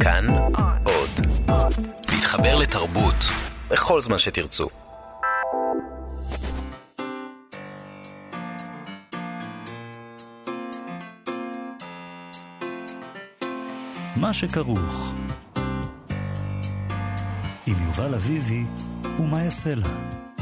כאן עוד. להתחבר לתרבות בכל זמן שתרצו. מה שכרוך עם יובל אביבי ומה יעשה לה.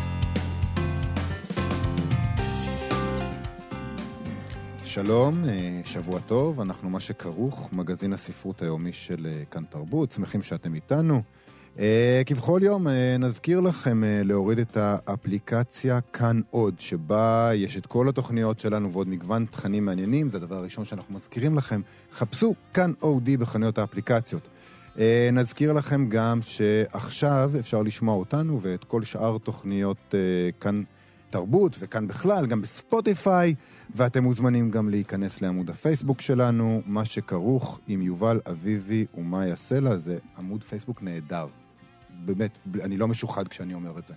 שלום, שבוע טוב, אנחנו מה שכרוך, מגזין הספרות היומי של כאן תרבות, שמחים שאתם איתנו. כבכל יום נזכיר לכם להוריד את האפליקציה כאן עוד, שבה יש את כל התוכניות שלנו ועוד מגוון תכנים מעניינים, זה הדבר הראשון שאנחנו מזכירים לכם, חפשו כאן אודי בחנויות האפליקציות. נזכיר לכם גם שעכשיו אפשר לשמוע אותנו ואת כל שאר תוכניות כאן תרבות וכאן בכלל, גם בספוטיפיי, ואתם מוזמנים גם להיכנס לעמוד הפייסבוק שלנו, מה שכרוך עם יובל אביבי ומה יעשה לה, זה עמוד פייסבוק נהדר. באמת, אני לא משוחד כשאני אומר את זה.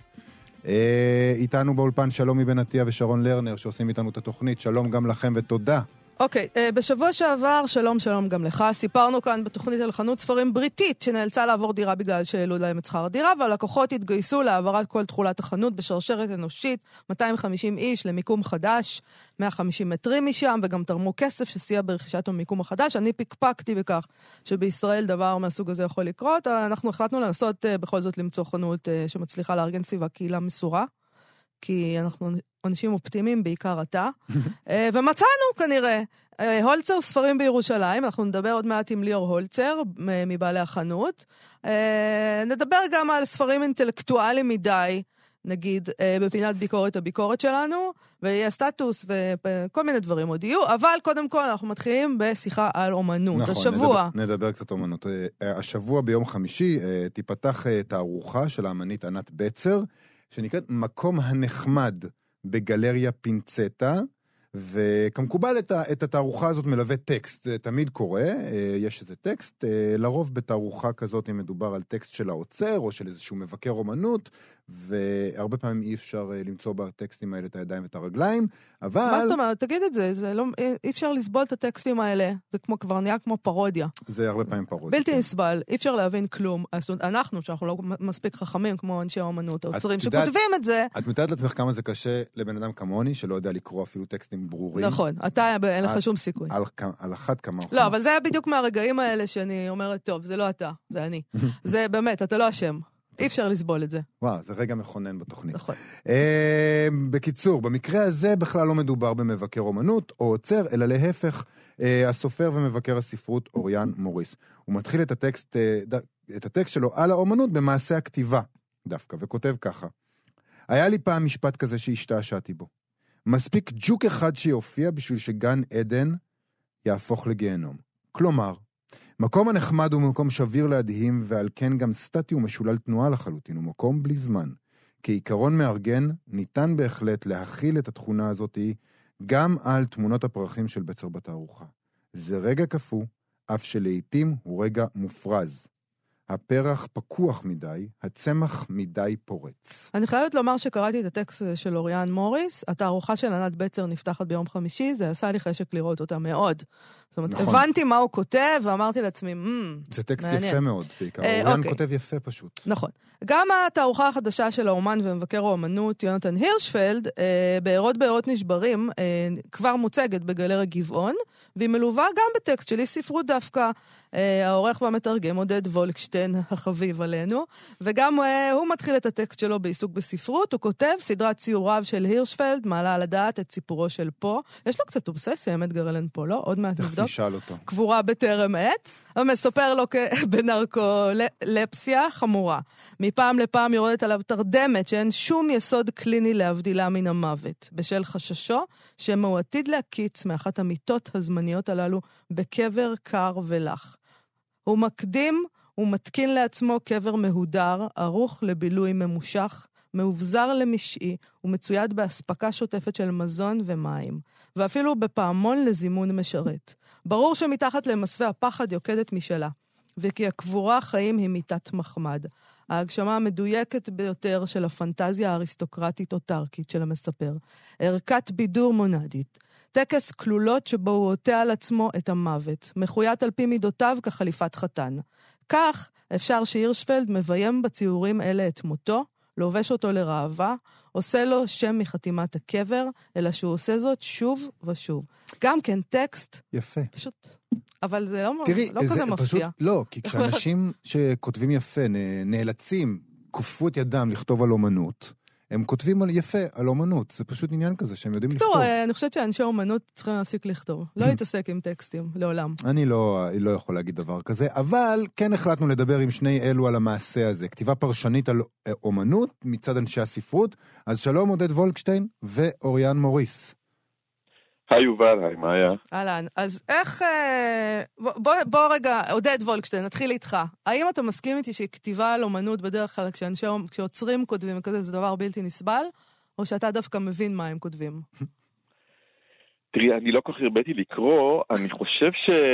איתנו באולפן שלום מבן עטיה ושרון לרנר שעושים איתנו את התוכנית, שלום גם לכם ותודה. אוקיי, בשבוע שעבר, שלום גם לך, סיפרנו כאן בתוכנית על חנות ספרים בריטית שנאלצה לעבור דירה בגלל שהעלו להם את שכר הדירה, והלקוחות התגייסו להעברת כל תכולת החנות בשרשרת אנושית, 250 איש למיקום חדש, 150 מטרים משם, וגם תרמו כסף שסייע ברכישת המיקום החדש. אני פקפקתי בכך שבישראל דבר מהסוג הזה יכול לקרות, אנחנו החלטנו לנסות בכל זאת למצוא חנות שמצליחה לארגן סביבה קהילה מסורה, כי אנחנו אנשים אופטימיים, בעיקר אתה, ומצאנו כנראה הולצר ספרים בירושלים, אנחנו נדבר עוד מעט עם ליאור הולצר מבעלי החנות, נדבר גם על ספרים אינטלקטואליים מדי, נגיד בפינת הביקורת שלנו, ויהיה סטטוס וכל מיני דברים עוד יהיו, אבל קודם כל אנחנו מתחילים בשיחה על אומנות. נכון, השבוע. נדבר קצת אומנות. השבוע ביום חמישי תיפתח תערוכה של האמנית ענת בצר, שנקראת מקום הנחמד בגלריה פינצטה, וכמקובל את התערוכה הזאת מלווה טקסט, זה תמיד קורה, יש איזה טקסט, לרוב בתערוכה כזאת אם מדובר על טקסט של האוצר או של איזשהו מבקר אומנות, והרבה פעמים אי אפשר למצוא בטקסטים האלה את הידיים ואת הרגליים, אבל... מה זאת אומרת? תגיד את זה, אי אפשר לסבול את הטקסטים האלה, זה כבר נהיה כמו פרודיה. זה הרבה פעמים פרודיה. בלתי נסבל, אי אפשר להבין כלום, אנחנו, שאנחנו לא מספיק חכמים כמו אנשי האומנות, האוצרים שכותבים את זה. את מתארת לעצמך כמה זה קשה לבן אדם כמוני, שלא יודע לקרוא אפילו טקסטים ברורים. נכון, אתה אין לך שום סיכוי. על אחת כמה. לא, אבל זה היה בדיוק מהרגעים האלה שאני אומרת, טוב, זה לא אתה, זה אני. זה באמת, אתה לא אשם. אי אפשר לסבול את זה. וואו, זה רגע מכונן בתוכנית. נכון. בקיצור, במקרה הזה בכלל לא מדובר במבקר אומנות או עוצר, אלא להפך, הסופר ומבקר הספרות אוריאן מוריס. הוא מתחיל את הטקסט שלו על האומנות במעשה הכתיבה, דווקא, וכותב ככה. היה לי פעם משפט כזה שהשתעשעתי בו. מספיק ג'וק אחד שיופיע בשביל שגן עדן יהפוך לגיהנום. כלומר, מקום הנחמד הוא מקום שביר להדהים, ועל כן גם סטטי ומשולל תנועה לחלוטין, הוא מקום בלי זמן. כעיקרון מארגן, ניתן בהחלט להכיל את התכונה הזאת גם על תמונות הפרחים של בצר בתערוכה. זה רגע כפו, אף שלעיתים הוא רגע מופרז. הפרח פקוח מדי, הצמח מדי פורץ. אני חייבת לומר שקראתי את הטקסט של אוריאן מוריס, התערוכה של ענת בצר נפתחת ביום חמישי, זה עשה לי חשק לראות אותה מאוד. זאת אומרת, נכון. הבנתי מה הוא כותב, ואמרתי לעצמי, זה טקסט מעניין. יפה מאוד, בעיקר. אוריאן כותב יפה פשוט. נכון. גם התערוכה החדשה של האומן ומבקר האומנות, יונתן הירשפלד, בארות נשברים, כבר מוצגת בגלריה גבעון, והיא מלווה גם בטקסט שלי ספרות דווקא, העורך והמתרגם עודד וולקשטיין החביב עלינו, וגם הוא מתחיל את הטקסט שלו בעיסוק בספרות, הוא כותב סדרת ציוריו של הירשפלד, מעלה על הדעת את סיפורו של פה, יש לו קצת אובססיה, אמת גרלן פה, לא? עוד מעט נבדוק. תשאל אותו. קבורה בטרם עת, המספר לו בנרקולפסיה חמורה. מפעם לפעם יורדת עליו תרדמת שאין שום יסוד קליני להבדילה מן המוות, בשל חששו שהוא עתיד להקיץ מאחת המיטות הזמניות הללו בקבר קר ולח. הוא מקדים ומתקין לעצמו קבר מהודר, ערוך לבילוי ממושך, מאובזר למשעי ומצויד בהספקה שוטפת של מזון ומים, ואפילו בפעמון לזימון משרת. ברור שמתחת למסווה הפחד יוקדת משלה, וכי הקבורה חיים היא מיטת מחמד. ההגשמה המדויקת ביותר של הפנטזיה האריסטוקרטית אוטרקית של המספר. ערכת בידור מונדית. טקס כלולות שבו הוא עוטה על עצמו את המוות, מחוית על פי מידותיו כחליפת חתן. כך אפשר שהירשפלד מביים בציורים אלה את מותו, לובש אותו לראווה, עושה לו שם מחתימת הקבר, אלא שהוא עושה זאת שוב ושוב. גם כן טקסט. יפה. פשוט, אבל זה לא, תראי, לא כזה מפתיע. פשוט לא, כי כשאנשים שכותבים יפה נאלצים, כופו את ידם לכתוב על אומנות, הם כותבים יפה על אומנות. זה פשוט עניין כזה שהם יודעים לכתוב. אני חושבת שאנשי אומנות צריכים להפסיק לכתוב. לא להתעסק עם טקסטים, לעולם. אני לא יכול להגיד דבר כזה, אבל כן החלטנו לדבר עם שני אלו על המעשה הזה. כתיבה פרשנית על אומנות מצד אנשי הספרות. אז שלום עודד וולקשטיין ואוריאן מוריס. היי יובל, היי מאיה. אהלן, אז איך... בוא רגע, עודד וולקשטיין, נתחיל איתך. האם אתה מסכים איתי שכתיבה על אומנות בדרך כלל כשעוצרים כותבים וכזה זה דבר בלתי נסבל, או שאתה דווקא מבין מה הם כותבים? תראי, אני לא כל כך הרביתי לקרוא, אני חושב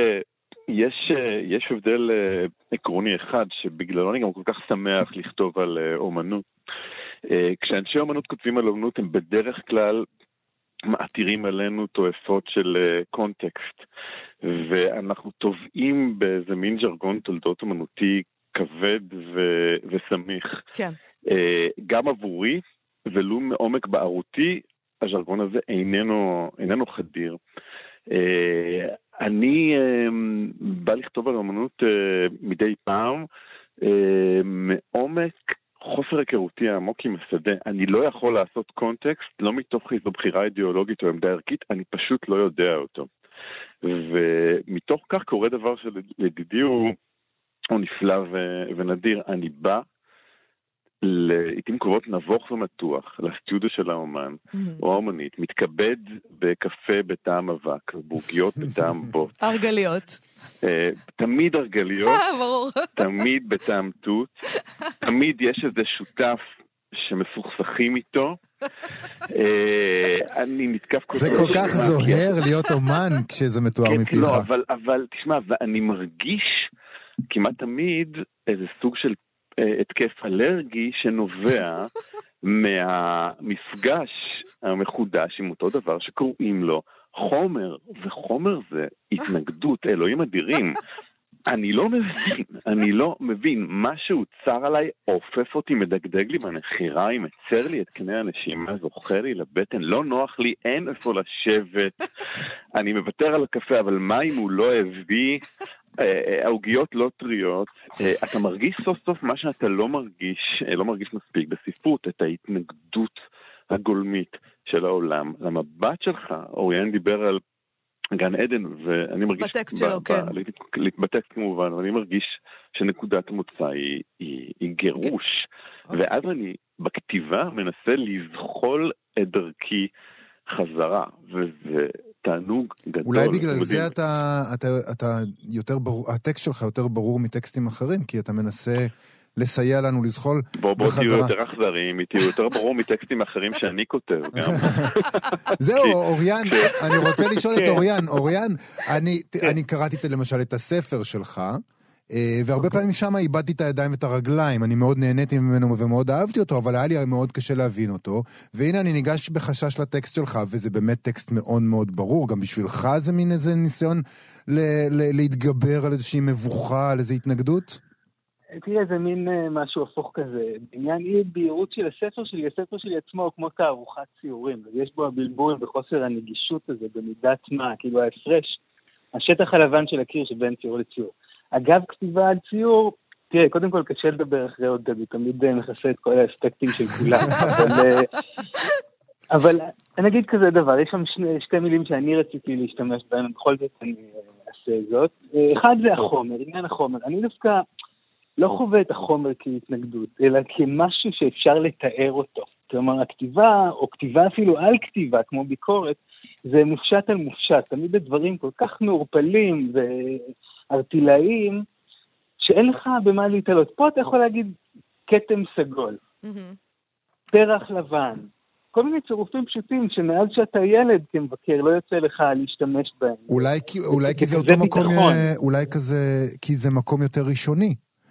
שיש הבדל עקרוני אחד, שבגללו אני גם כל כך שמח לכתוב על אומנות. כשאנשי אומנות כותבים על אומנות, הם בדרך כלל מעתירים עלינו תועפות של קונטקסט, ואנחנו טובעים באיזה מין ז'רגון תולדות אומנותי כבד וסמיך. כן. גם עבורי, ולו מעומק בערותי, הז'רגון הזה איננו חדיר. אני בא לכתוב על אומנות מדי פעם, מעומק חוסר היכרותי העמוק עם השדה. אני לא יכול לעשות קונטקסט, לא מתוך איזו בחירה אידיאולוגית או עמדה ערכית, אני פשוט לא יודע אותו. ומתוך כך קורה דבר שלדידי הוא נפלא ונדיר. אני בא לעתים קרובות נבוך ומתוח לסטודיו של האומן או האומנית, מתכבד בקפה בטעם אבק, בוגיות בטעם בוט. ארגליות. תמיד ארגליות, ברור. תמיד בטעם תות, תמיד יש איזה שותף שמסוכסכים איתו. אני נתקף כל כך... זה כל כך זוהר להיות אומן כשזה מתואר מפיך. לא, אבל תשמע, ואני מרגיש כמעט תמיד איזה סוג של התקף אלרגי שנובע מהמפגש המחודש עם אותו דבר שקוראים לו חומר, וחומר זה התנגדות, אלוהים אדירים. אני לא מבין, משהו צר עליי, עופף אותי, מדגדג לי בנחיריים, מצר לי את קני הנשימה, זוכר לי לבטן, לא נוח לי, אין איפה לשבת, אני מוותר על הקפה, אבל מה אם הוא לא הביא, העוגיות לא טריות, אתה מרגיש סוף סוף מה שאתה לא מרגיש מספיק בספרות, את ההתנגדות הגולמית של העולם. למבט שלך, אוריאן דיבר על גן עדן, ואני מרגיש... בטקסט שלו, כן. בטקסט כמובן, ואני מרגיש שנקודת המוצא היא גירוש. ואז אני בכתיבה מנסה לזחול את דרכי חזרה, וזה תענוג גדול. אולי בגלל זה אתה יותר ברור, הטקסט שלך יותר ברור מטקסטים אחרים, כי אתה מנסה לסייע לנו לזחול בחזרה. בוא תהיו יותר אכזריים, תהיו יותר ברור מטקסטים אחרים שאני כותב גם. זהו, אוריאן, אני רוצה לשאול את אוריאן, אני קראתי למשל את הספר שלך, והרבה פעמים שם איבדתי את הידיים ואת הרגליים, אני מאוד נהניתי ממנו ומאוד אהבתי אותו, אבל היה לי מאוד קשה להבין אותו, והנה אני ניגש בחשש לטקסט שלך, וזה באמת טקסט מאוד מאוד ברור, גם בשבילך זה מין איזה ניסיון להתגבר על איזושהי מבוכה, על איזו התנגדות? תראה, זה מין משהו הפוך כזה. בעניין אי בהירות של הספר שלי עצמו הוא כמו תערוכת ציורים, ויש בו הבלבול וחוסר הנגישות הזה במידת מה, כאילו ההפרש, השטח הלבן של הקיר שבין ציור לציור. אגב, כתיבה על ציור, תראה, קודם כל קשה לדבר אחרי עודד, הוא תמיד מכסה את כל האספקטים של כולם, אבל אני אגיד כזה דבר, יש שם שתי מילים שאני רציתי להשתמש בהן, בכל זאת אני אעשה זאת. אחד זה החומר, עניין החומר. אני דווקא לא חווה את החומר כהתנגדות, אלא כמשהו שאפשר לתאר אותו. כלומר, הכתיבה, או כתיבה אפילו על כתיבה, כמו ביקורת, זה מופשט על מופשט. תמיד הדברים כל כך מעורפלים וארטילאיים, שאין לך במה להתעלות. פה אתה יכול להגיד כתם סגול, פרח לבן, כל מיני צירופים פשוטים שמאז שאתה ילד כמבקר לא יוצא לך להשתמש בהם. אולי כי זה אותו מקום, אולי כזה, כי זה מקום יותר ראשוני.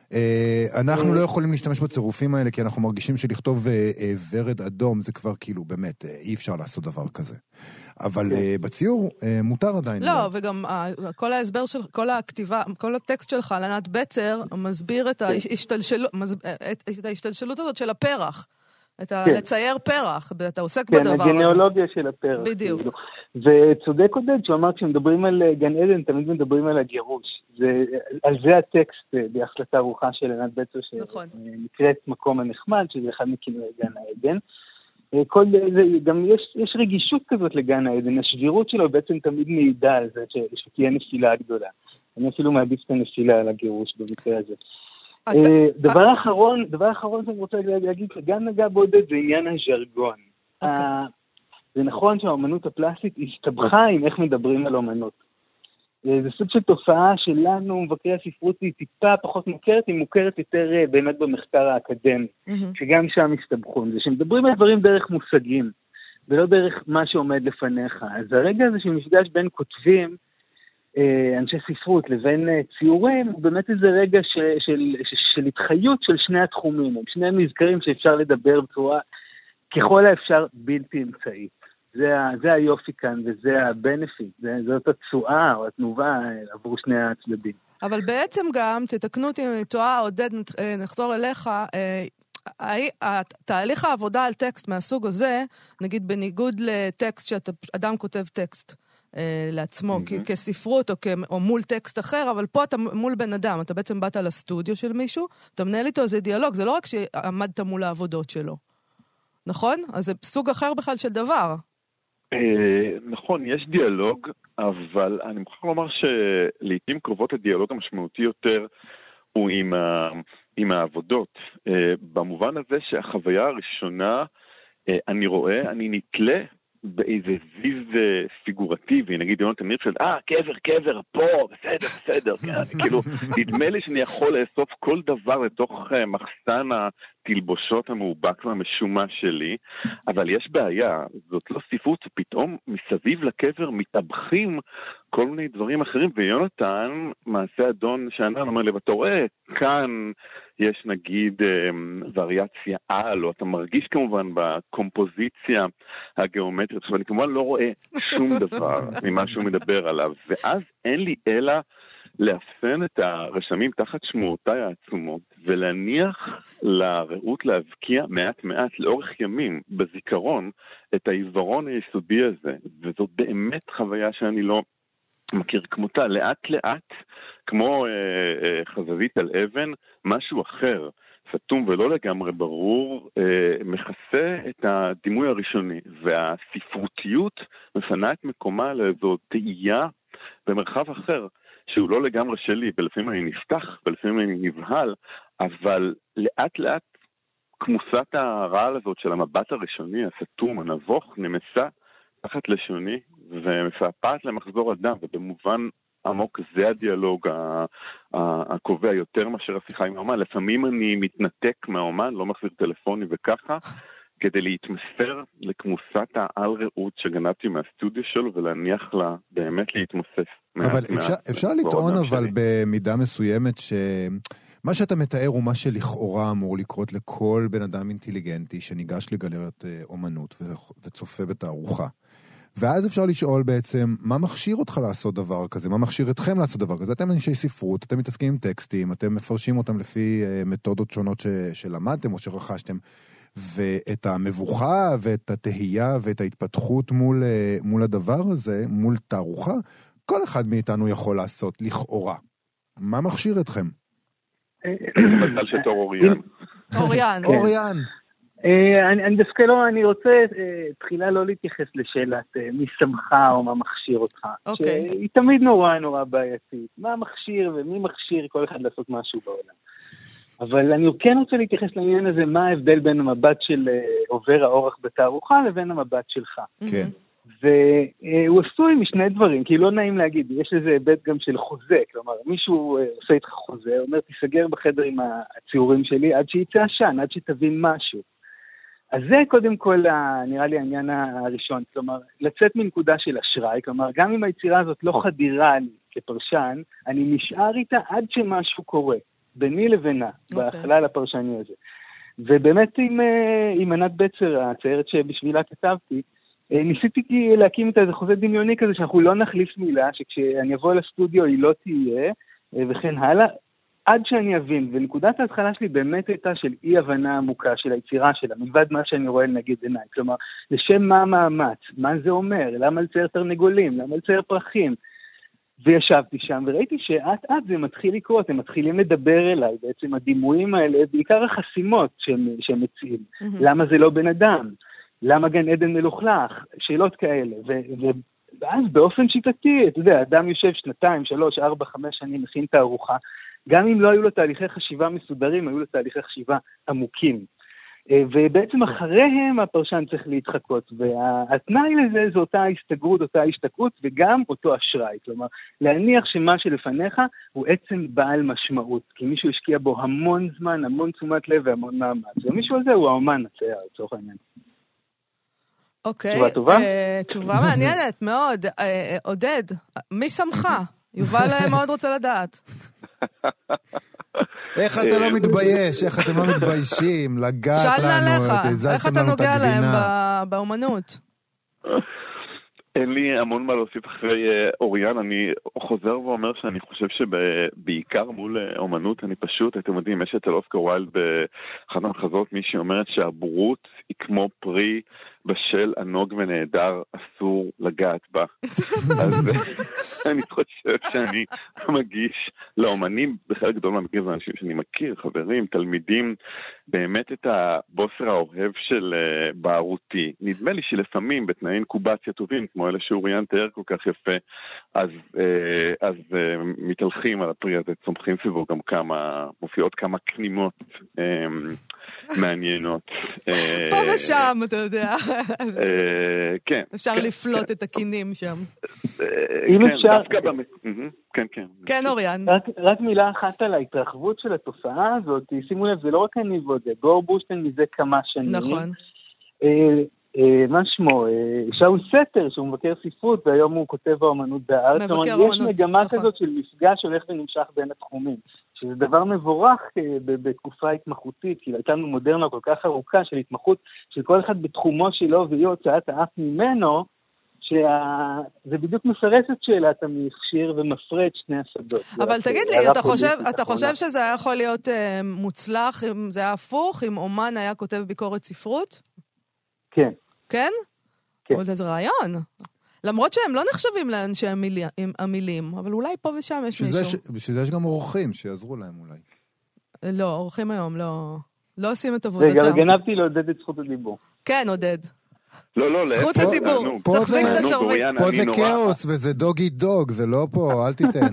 אנחנו לא יכולים להשתמש בצירופים האלה, כי אנחנו מרגישים שלכתוב ורד אדום, זה כבר כאילו, באמת, אי אפשר לעשות דבר כזה. אבל בציור מותר עדיין. לא, וגם כל ההסבר של, כל הכתיבה, כל הטקסט שלך, לענת בצר, מסביר את ההשתלשלות הזאת של הפרח. לצייר פרח, אתה עוסק בדבר הזה. כן, הגניאולוגיה של הפרח. בדיוק. וצודק עודד, שהוא אמר, כשמדברים על גן עדן, תמיד מדברים על הגירוש. על זה הטקסט ביחס לתערוכה של ענת בצר, שנקראת מקום הנחמד, שזה אחד מכינויי גן העדן. גם יש רגישות כזאת לגן העדן, השבירות שלו בעצם תמיד מעידה על זה שתהיה נפילה גדולה. אני אפילו מעדיף את הנפילה על הגירוש במקרה הזה. דבר אחרון שאני רוצה להגיד, גם נגע בודד זה עניין הז'רגון. זה נכון שהאומנות הפלסטית הסתבכה עם איך מדברים על אומנות. זה סוג של תופעה שלנו, מבקרי הספרות, היא טיפה פחות מוכרת, היא מוכרת יותר באמת במחקר האקדמי, שגם שם הסתבכו. זה שמדברים על דברים דרך מושגים, ולא דרך מה שעומד לפניך. אז הרגע הזה שמפגש בין כותבים, אנשי ספרות לבין ציורים, הוא באמת איזה רגע של התחיות של שני התחומים, הם שני מזכרים שאפשר לדבר בצורה ככל האפשר בלתי אמצעית. זה היופי כאן, וזה הבנפיט, זאת התשואה או התנובה עבור שני הצדדים. אבל בעצם גם, תתקנו אותי אם אני טועה, עודד, נחזור אליך, תהליך העבודה על טקסט מהסוג הזה, נגיד בניגוד לטקסט שאדם כותב טקסט, לעצמו, כספרות או מול טקסט אחר, אבל פה אתה מול בן אדם, אתה בעצם באת לסטודיו של מישהו, אתה מנהל איתו איזה דיאלוג, זה לא רק שעמדת מול העבודות שלו, נכון? אז זה סוג אחר בכלל של דבר. נכון, יש דיאלוג, אבל אני מוכרח לומר שלעיתים קרובות הדיאלוג המשמעותי יותר הוא עם העבודות, במובן הזה שהחוויה הראשונה, אני נתלה באיזה זיז פיגורטיבי, נגיד יונתן מירפלד, קבר, פה, בסדר, כאילו, נדמה לי שאני יכול לאסוף כל דבר לתוך מחסן התלבושות המאובק והמשומע שלי, אבל יש בעיה, זאת לא ספרות, פתאום מסביב לקבר מתאבחים כל מיני דברים אחרים, ויונתן, מעשה אדון שענן, אומר לי, ואתה רואה, כאן יש נגיד וריאציה על, או אתה מרגיש כמובן בקומפוזיציה הגיאומטרית, ואני כמובן לא רואה שום דבר ממה שהוא מדבר עליו, ואז אין לי אלא לאפסן את הרשמים תחת שמועותיי העצומות, ולהניח לראות להבקיע מעט לאורך ימים בזיכרון את העיוורון היסודי הזה, וזו באמת חוויה שאני לא מכיר כמותה, לאט, כמו חזבית על אבן, משהו אחר, סתום ולא לגמרי ברור, מכסה את הדימוי הראשוני, והספרותיות מפנה את מקומה לאיזו תאייה במרחב אחר, שהוא לא לגמרי שלי, ולפעמים אני נפתח, ולפעמים אני נבהל, אבל לאט כמוסת הרעל הזאת של המבט הראשוני, הסתום, הנבוך, נמסה תחת לשוני, ומפעפעת למחזור אדם, ובמובן עמוק זה הדיאלוג הקובע יותר מאשר השיחה עם האומן. לפעמים אני מתנתק מהאומן, לא מחזיר טלפוני וככה, כדי להתמסר לכמוסת העל-ראות שגנבתי מהסטודיו שלו, ולהניח לה באמת להתמוסס. אבל אפשר לטעון אבל במידה מסוימת שמה שאתה מתאר הוא מה שלכאורה אמור לקרות לכל בן אדם אינטליגנטי שניגש לגלריית אומנות וצופה בתערוכה. ואז אפשר לשאול בעצם, מה מכשיר אותך לעשות דבר כזה? מה מכשיר אתכם לעשות דבר כזה? אתם אנשי ספרות, אתם מתעסקים עם טקסטים, אתם מפרשים אותם לפי מתודות שונות שלמדתם או שרכשתם, ואת המבוכה ואת התהייה ואת ההתפתחות מול הדבר הזה, מול תערוכה, כל אחד מאיתנו יכול לעשות לכאורה. מה מכשיר אתכם? מזל שתור אוריאן. אני דווקא לא, אני רוצה תחילה לא להתייחס לשאלת מי שמחה או מה מכשיר אותך, שהיא תמיד נורא בעייתית, מה מכשיר ומי מכשיר כל אחד לעשות משהו בעולם. אבל אני כן רוצה להתייחס לעניין הזה, מה ההבדל בין המבט של עובר האורח בתערוכה לבין המבט שלך. כן. והוא עשוי משני דברים, כי לא נעים להגיד, יש איזה היבט גם של חוזה, כלומר, מישהו עושה איתך חוזה, אומר, תיסגר בחדר עם הציורים שלי עד שיצא עשן, עד שתבין משהו. אז זה קודם כל נראה לי העניין הראשון, כלומר, לצאת מנקודה של אשראי, כלומר, גם אם היצירה הזאת לא חדירה לי כפרשן, אני נשאר איתה עד שמשהו קורה. ביני לבינה, בחלל הפרשני הזה. ובאמת עם ענת בצר, הציירת שבשבילה כתבתי, ניסיתי להקים את איזה חוזה דמיוני כזה, שאנחנו לא נחליף מילה, שכשאני אבוא לסטודיו היא לא תהיה, וכן הלאה, עד שאני אבין, ונקודת ההתחלה שלי באמת הייתה של אי-הבנה עמוקה של היצירה שלה, מלבד מה שאני רואה לנגד עיניי, כלומר, לשם מה המאמץ, מה זה אומר, למה לצייר תרנגולים, למה לצייר פרחים, וישבתי שם וראיתי שעט זה מתחיל לקרות, הם מתחילים לדבר אליי, בעצם הדימויים האלה, בעיקר החסימות שהם מציעים, למה זה לא בן אדם, למה גן עדן מלוכלך, שאלות כאלה, ואז באופן שיטתי, אתה יודע, אדם יושב 2, 3, 4, 5 שנים, מכין את הארוחה, גם אם לא היו לו תהליכי חשיבה מסודרים, היו לו תהליכי חשיבה עמוקים. ובעצם אחריהם הפרשן צריך להתחקות, והתנאי לזה זו אותה הסתגרות, אותה השתקעות, וגם אותו אשראי. כלומר, להניח שמה שלפניך הוא עצם בעל משמעות, כי מישהו השקיע בו המון זמן, המון תשומת לב והמון מאמץ. ומישהו הזה הוא האומן הצייר, לצורך העניין. אוקיי. תשובה טובה? תשובה מעניינת מאוד. עודד, מי שמך? יובל מאוד רוצה לדעת. איך אתה לא מתבייש? איך אתם לא מתביישים? לגעת לנו, איך אתה נוגע להם באומנות? אין לי המון מה להוסיף אחרי אוריאן, אני חוזר ואומר שאני חושב שבעיקר מול אומנות, אני פשוט, אתם יודעים, יש את אוסקר ויילד באחת המחזות, מי שאומרת שהבורות היא כמו פרי בשל ענוג ונהדר, אסור לגעת בה. אז אני חושב שאני מגיש לאומנים, בחלק גדול מהמקרים זה אנשים שאני מכיר, חברים, תלמידים, באמת את הבוסר האוהב של בערותי. נדמה לי שלפעמים בתנאי אינקובציה טובים, כמו אלה שאוריאן תיאר כל כך יפה, אז מתהלכים על הפרי הזה, צומחים סביבו גם מופיעות כמה קנימות מעניינות. פה ושם, אתה יודע. כן. אפשר לפלוט את הקינים שם. אם אפשר... כן, כן. כן, אוריאן. רק מילה אחת על ההתרחבות של התופעה הזאת, שימו לב, זה לא רק אני ועודד, גור בושטיין מזה כמה שנים. נכון. מה שמו? שאול סתר, שהוא מבקר ספרות, והיום הוא כותב האומנות בארץ. מבקר אומנות. יש מגמה כזאת של מפגש הולך ונמשך בין התחומים, שזה דבר מבורך בתקופה התמחותית, כי הייתה לנו מודרנה כל כך ארוכה של התמחות, של כל אחד בתחומו שלו, והיא הוצאת האף ממנו, שזה בדיוק מפרס את שאלת המכשיר ומפרה את שני השדות. אבל תגיד לי, אתה חושב שזה היה יכול להיות מוצלח, אם זה היה הפוך, אם אומן היה כותב ביקורת ספרות? כן. כן? כן. עוד איזה רעיון. למרות שהם לא נחשבים לאנשי המילים, אבל אולי פה ושם יש מישהו. בשביל זה יש גם אורחים שיעזרו להם אולי. לא, אורחים היום לא עושים את עבודתם. רגע, גנבתי לעודד את זכות הדיבור. כן, עודד. לא, זכות הדיבור. תחזיק את השרביט. פה זה כאוס וזה דוגי דוג, זה לא פה, אל תיתן.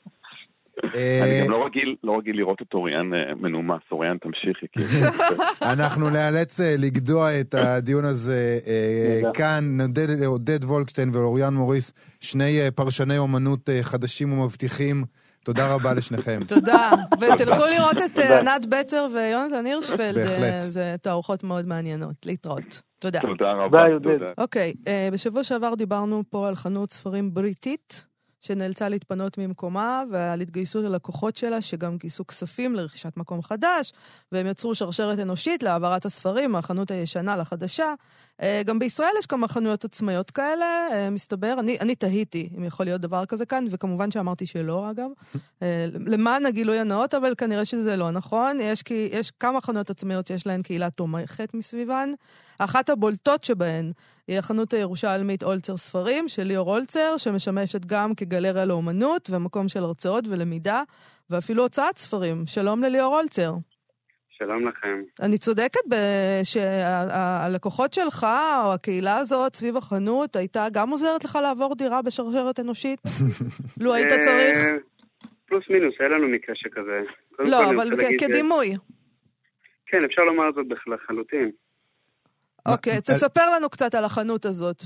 אני גם לא רגיל לראות את אוריאן מנומס. אוריאן, תמשיכי. אנחנו נאלץ לגדוע את הדיון הזה כאן. עודד וולקשטיין ואוריאן מוריס, שני פרשני אומנות חדשים ומבטיחים. תודה רבה לשניכם. תודה. ותלכו לראות את ענת בצר ויונתן הירשפלד. בהחלט. זה תערוכות מאוד מעניינות. להתראות. תודה. תודה רבה. אוקיי, בשבוע שעבר דיברנו פה על חנות ספרים בריטית, שנאלצה להתפנות ממקומה, ועל התגייסות הלקוחות שלה, שגם גייסו כספים לרכישת מקום חדש, והם יצרו שרשרת אנושית להעברת הספרים מהחנות הישנה לחדשה. גם בישראל יש כמה חנויות עצמאיות כאלה, מסתבר, אני תהיתי אם יכול להיות דבר כזה כאן, וכמובן שאמרתי שלא, אגב, למען הגילוי הנאות, אבל כנראה שזה לא נכון. יש כמה חנויות עצמאיות שיש להן קהילה תומכת מסביבן. אחת הבולטות שבהן היא החנות הירושלמית אולצר ספרים של ליאור אולצר, שמשמשת גם כגלריה לאומנות ומקום של הרצאות ולמידה, ואפילו הוצאת ספרים. שלום לליאור אולצר. שלום לכם. אני צודקת שהלקוחות שלך, או הקהילה הזאת סביב החנות, הייתה גם עוזרת לך לעבור דירה בשרשרת אנושית? לו היית צריך? פלוס מינוס, היה לנו מקרה שכזה. לא, אבל כדימוי. כן, אפשר לומר זאת לחלוטין. אוקיי, תספר לנו קצת על החנות הזאת.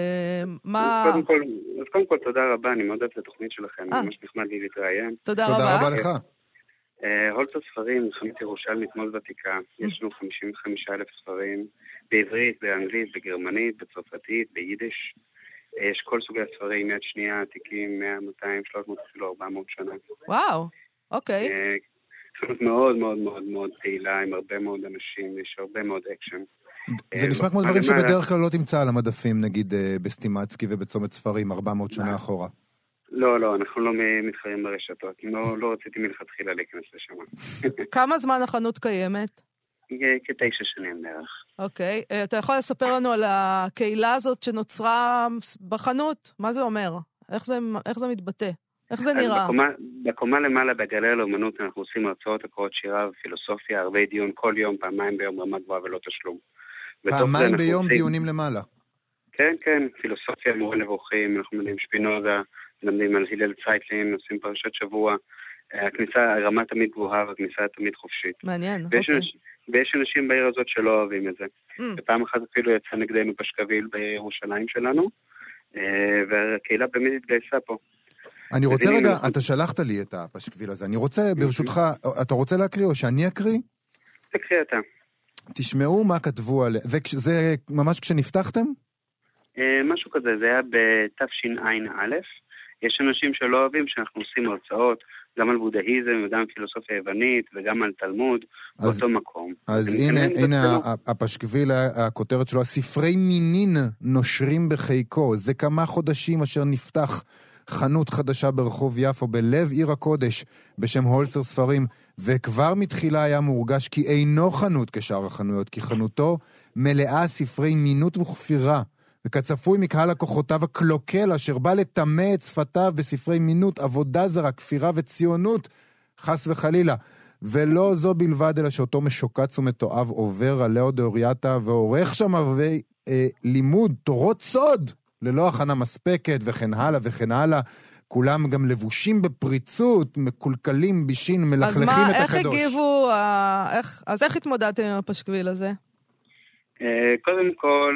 קודם כל, תודה רבה, אני מאוד אוהב את התוכנית שלכם, ממש נחמד לי להתראיין. תודה רבה. תודה רבה לך. הולצר ספרים, חנות ירושלמית מאוד ותיקה, יש לנו 55,000 ספרים, בעברית, באנגלית, בגרמנית, בצרפתית, ביידיש. יש כל סוגי הספרים, יד שנייה, עתיקים, 100, 200, 300, אפילו 400 שנה. וואו, אוקיי. חנות מאוד מאוד מאוד מאוד פעילה, עם הרבה מאוד אנשים, יש הרבה מאוד אקשן. זה נשמע כמו דברים שבדרך כלל לא תמצא על המדפים, נגיד בסטימצקי ובצומת ספרים 400 שנה אחורה. לא, אנחנו לא מתחרים ברשתות. לא רציתי מלכתחילה להיכנס לשם. כמה זמן החנות קיימת? כ9 שנים בערך. אוקיי. אתה יכול לספר לנו על הקהילה הזאת שנוצרה בחנות? מה זה אומר? איך זה מתבטא? איך זה נראה? בקומה למעלה בגלריה לאומנות אנחנו עושים הרצאות, הקראות שירה ופילוסופיה, הרבה דיון כל יום, פעמיים ביום, רמה גבוהה ולא תשלום. פעמיים ביום דיונים למעלה. כן, פילוסופיה, מורה נבוכים, אנחנו מלמדים שפינוזה, מלמדים על הלל צייטלין, עושים פרשת שבוע, הרמה תמיד גבוהה והכניסה תמיד חופשית. מעניין, אוקיי. ויש אנשים בעיר הזאת שלא אוהבים את זה. ופעם אחת אפילו יצא נגדנו פשקוויל בירושלים שלנו, והקהילה באמת התגייסה פה. אני רוצה רגע, אתה שלחת לי את הפשקוויל הזה, אני רוצה ברשותך, אתה רוצה להקריא או שאני אקריא? תקריא אתה. תשמעו מה כתבו על... זה ממש כשנפתחתם? משהו כזה, זה היה בתשע"א. יש אנשים שלא אוהבים שאנחנו עושים הרצאות, גם על בודהיזם וגם פילוסופיה יוונית וגם על תלמוד, באותו מקום. אז הנה הפשקוויל, הכותרת שלו, ספרי מינין נושרים בחיקו. זה כמה חודשים אשר נפתח חנות חדשה ברחוב יפו, בלב עיר הקודש, בשם הולצר ספרים, וכבר מתחילה היה מורגש כי אינו חנות כשאר החנויות, כי חנותו מלאה ספרי מינות וכפירה, וכצפוי מקהל לקוחותיו הקלוקל, אשר בא לטמא את שפתיו בספרי מינות, עבודה זרה, כפירה וציונות, חס וחלילה. ולא זו בלבד, אלא שאותו משוקץ ומתואב עובר עליהו דאורייתא, ועורך שם ערבי לימוד, תורות סוד, ללא הכנה מספקת, וכן הלאה וכן הלאה. כולם גם לבושים בפריצות, מקולקלים, בישין, מלכלכים את הקדוש. אז מה, איך הגיבו, אז איך התמודדתם עם הפשקוויל הזה? קודם כל,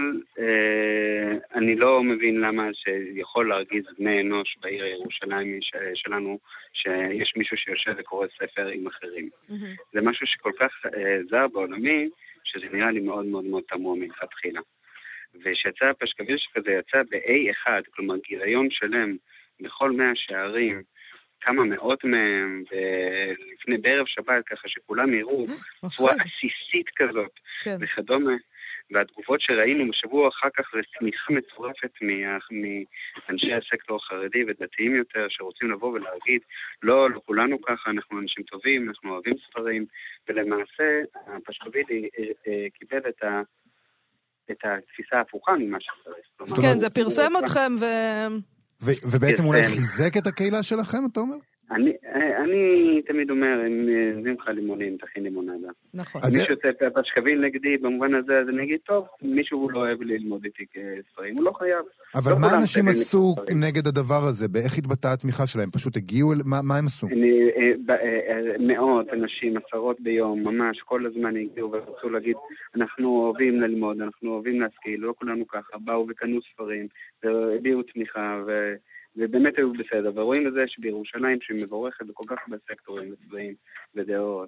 אני לא מבין למה שיכול להרגיז בני אנוש בעיר ירושלים שלנו, שיש מישהו שיושב וקורא ספר עם אחרים. זה משהו שכל כך זר בעולמי, שזה נראה לי מאוד מאוד מאוד תמוה מלכתחילה. ושיצא הפשקוויל שכזה יצא ב-A1, כלומר גיליון שלם בכל 100 שערים, כמה מאות מהם, ולפני בערב שבת, ככה שכולם יראו, צורה עסיסית כזאת, וכדומה. והתגובות שראינו בשבוע אחר כך זה תמיכה מצורפת מאנשי הסקטור החרדי ודתיים יותר, שרוצים לבוא ולהגיד, לא כולנו ככה, אנחנו אנשים טובים, אנחנו אוהבים ספרים, ולמעשה הפשקוויל קיבל את התפיסה ההפוכה ממה שצריך. כן, זה פרסם אתכם ובעצם אולי חיזק את הקהילה שלכם, אתה אומר? אני תמיד אומר, אם נזים לך לימונים, תכין לימונדה. נכון. מישהו יוצא פשקוויל נגדי, במובן הזה, אז אני אגיד, טוב, מישהו לא אוהב ללמוד איתי כספרים, הוא לא חייב. אבל מה אנשים עשו נגד הדבר הזה? באיך התבטאה התמיכה שלהם? פשוט הגיעו, מה הם עשו? מאות אנשים, עשרות ביום, ממש, כל הזמן הגיעו ורצו להגיד, אנחנו אוהבים ללמוד, אנחנו אוהבים להשכיל, לא כולנו ככה, באו וקנו ספרים, והביאו תמיכה, ובאמת היו בסדר, ורואים את זה שבירושלים שהיא מבורכת בכל כך הרבה סקטורים וצבעים ודעות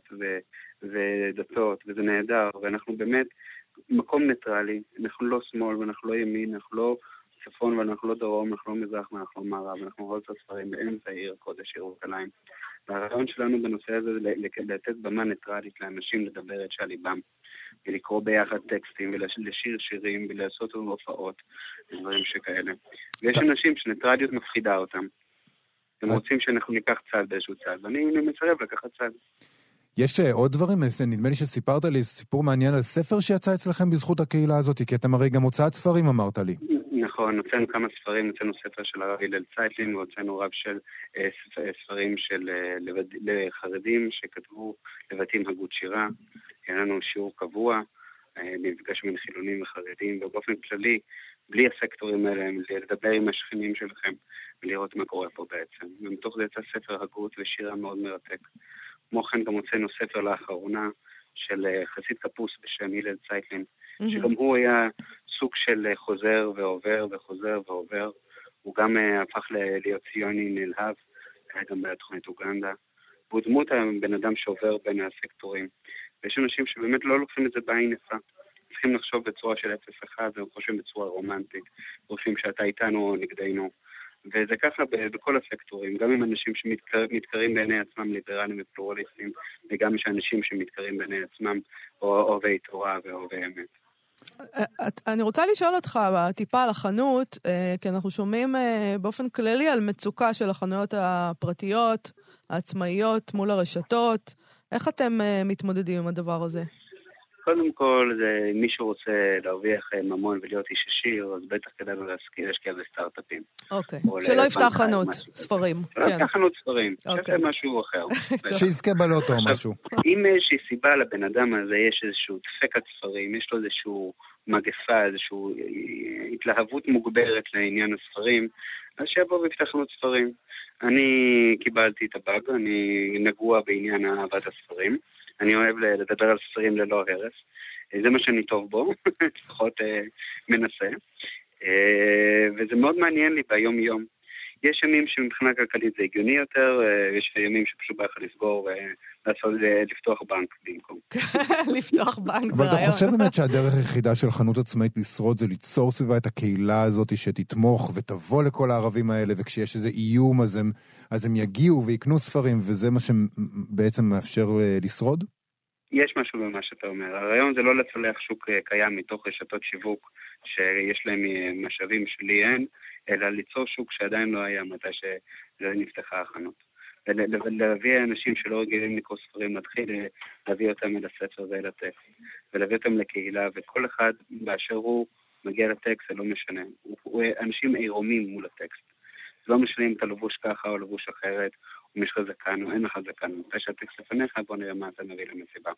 ודתות, וזה נהדר, ואנחנו באמת מקום ניטרלי, אנחנו לא שמאל ואנחנו לא ימין, אנחנו לא צפון ואנחנו לא דרום, אנחנו לא מזרח ואנחנו לא מערב, אנחנו הולצר ספרים באמצע העיר קודש ירושלים. והרעיון שלנו בנושא הזה זה לתת במה ניטרלית לאנשים לדבר את שעל ליבם, ולקרוא ביחד טקסטים ולשיר שירים ולעשות הופעות ודברים שכאלה. ויש אנשים שניטרליות מפחידה אותם. הם רוצים שאנחנו ניקח צד באיזשהו צד, ואני מצרב לקחת צד. יש עוד דברים? נדמה לי שסיפרת לי סיפור מעניין על ספר שיצא אצלכם בזכות הקהילה הזאת, כי אתם הרי גם הוצאת ספרים, אמרת לי. נכון, הוצאנו כמה ספרים, הוצאנו ספר של הרב הלל צייטלין, והוצאנו רב של ספרים של לחרדים שכתבו לבתים הגות שירה. היה לנו שיעור קבוע, במפגש בין חילונים וחרדים, ובאופן כללי, בלי הסקטורים האלה, לדבר עם השכנים שלכם, ולראות מה קורה פה בעצם. ומתוך זה יצא ספר הגות ושירה מאוד מרתק. כמו כן גם הוצאנו ספר לאחרונה של חסיד קפוס בשם הלל צייטלין, שגם הוא היה סוג של חוזר ועובר וחוזר ועובר. הוא גם הפך להיות ציוני נלהב, היה גם בתוכנית אוגנדה. והוא דמות בן אדם שעובר בין הסקטורים. ויש אנשים שבאמת לא לוקחים את זה בעין יפה. צריכים לחשוב בצורה של אפס אחד, והם חושבים בצורה רומנטית. חושבים שאתה איתנו או נגדנו. וזה ככה בכל הסקטורים, גם עם אנשים שמתקרים בעיני עצמם ליברלים ופלורליסטים, וגם יש אנשים שמתקרים בעיני עצמם אוהבי תורה ואוהבי אמת. אני רוצה לשאול אותך טיפה על החנות, כי אנחנו שומעים באופן כללי על מצוקה של החנויות הפרטיות, העצמאיות מול הרשתות. איך אתם מתמודדים עם הדבר הזה? קודם כל, מי שרוצה להרוויח ממון ולהיות איש עשיר, אז בטח כדאי להשקיע בסטארט-אפים. אוקיי, שלא יפתח חנות ספרים. שלא יפתח חנות ספרים, שיעשה משהו אחר. שיזכה בלוטו או משהו. אם איזושהי סיבה לבן אדם הזה, יש איזשהו דפקת ספרים, יש לו איזשהו מגפה, איזשהו התלהבות מוגברת לעניין הספרים, אז שיבוא ויפתח חנות ספרים. אני קיבלתי את הבאג, אני נגוע בעניין אהבת הספרים. אני אוהב לדבר על ספרים ללא הרס. זה מה שאני טוב בו, לפחות מנסה. וזה מאוד מעניין לי ביום יום. יש ימים שמבחינה כלכלית זה הגיוני יותר, יש ימים שפשוט בא לך לסגור ולפתוח בנק במקום. לפתוח בנק זה רעיון. אבל אתה חושב באמת שהדרך היחידה של חנות עצמאית לשרוד זה ליצור סביבה את הקהילה הזאת שתתמוך ותבוא לכל הערבים האלה, וכשיש איזה איום אז הם יגיעו ויקנו ספרים, וזה מה שבעצם מאפשר לשרוד? יש משהו במה שאתה אומר. הרעיון זה לא לצלח שוק קיים מתוך רשתות שיווק שיש להם משאבים שלי אין, אלא ליצור שוק שעדיין לא היה מתי שנפתחה החנות. ולהביא אנשים שלא רגילים לקרוא ספרים, להתחיל להביא אותם אל הספר ואל הטקסט, ולהביא אותם לקהילה, וכל אחד באשר הוא מגיע לטקסט, זה לא משנה. אנשים עירומים מול הטקסט. זה לא משנה אם אתה לבוש ככה או לבוש אחרת, או יש לך זקן או אין לך זקן. מתי שהטקסט לפניך, בוא נראה מה אתה מביא למסיבה.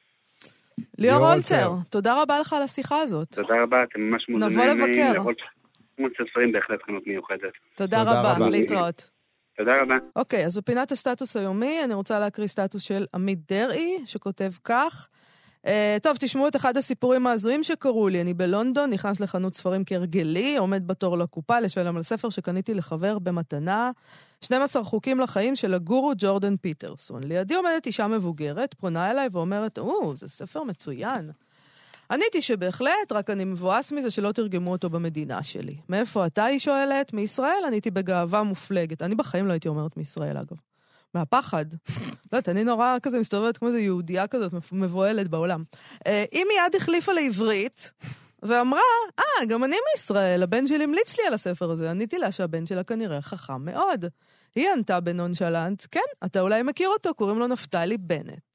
ליאור הולצר, תודה רבה לך על השיחה הזאת. תודה רבה, אתם ממש מוזמנים. נבוא לבקר. מוצא ספרים בהחלט חנות מיוחדת. תודה רבה, להתראות. תודה רבה. אוקיי, אז בפינת הסטטוס היומי, אני רוצה להקריא סטטוס של עמית דרעי, שכותב כך. טוב, תשמעו את אחד הסיפורים ההזויים שקראו לי. אני בלונדון, נכנס לחנות ספרים כהרגלי, עומד בתור לקופה לשלם על ספר שקניתי לחבר במתנה. 12 חוקים לחיים של הגורו ג'ורדן פיטרסון. לידי עומדת אישה מבוגרת, פונה אליי ואומרת, זה ספר מצוין. עניתי שבהחלט, רק אני מבואס מזה שלא תרגמו אותו במדינה שלי. מאיפה אתה, היא שואלת? מישראל. עניתי בגאווה מופלגת. אני בחיים לא הייתי אומרת מישראל, אגב. מהפחד. לא יודעת, אני נורא כזה מסתובבת כמו איזו יהודייה כזאת מבועלת בעולם. היא מיד החליפה לעברית, ואמרה, גם אני מישראל, הבן שלי המליץ לי על הספר הזה. עניתי לה שהבן שלה כנראה חכם מאוד. היא ענתה בנונשלנט, כן, אתה אולי מכיר אותו, קוראים לו נפתלי בנט.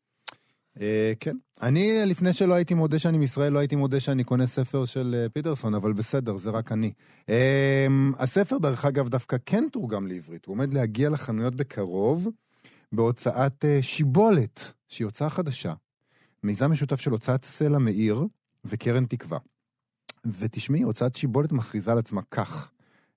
כן. אני, לפני שלא הייתי מודה שאני מישראל, לא הייתי מודה שאני קונה ספר של פיטרסון, אבל בסדר, זה רק אני. הספר, דרך אגב, דווקא כן תורגם לעברית. הוא עומד להגיע לחנויות בקרוב, בהוצאת שיבולת, שהיא הוצאה חדשה. מיזם משותף של הוצאת סלע מאיר וקרן תקווה. ותשמעי, הוצאת שיבולת מכריזה על עצמה כך.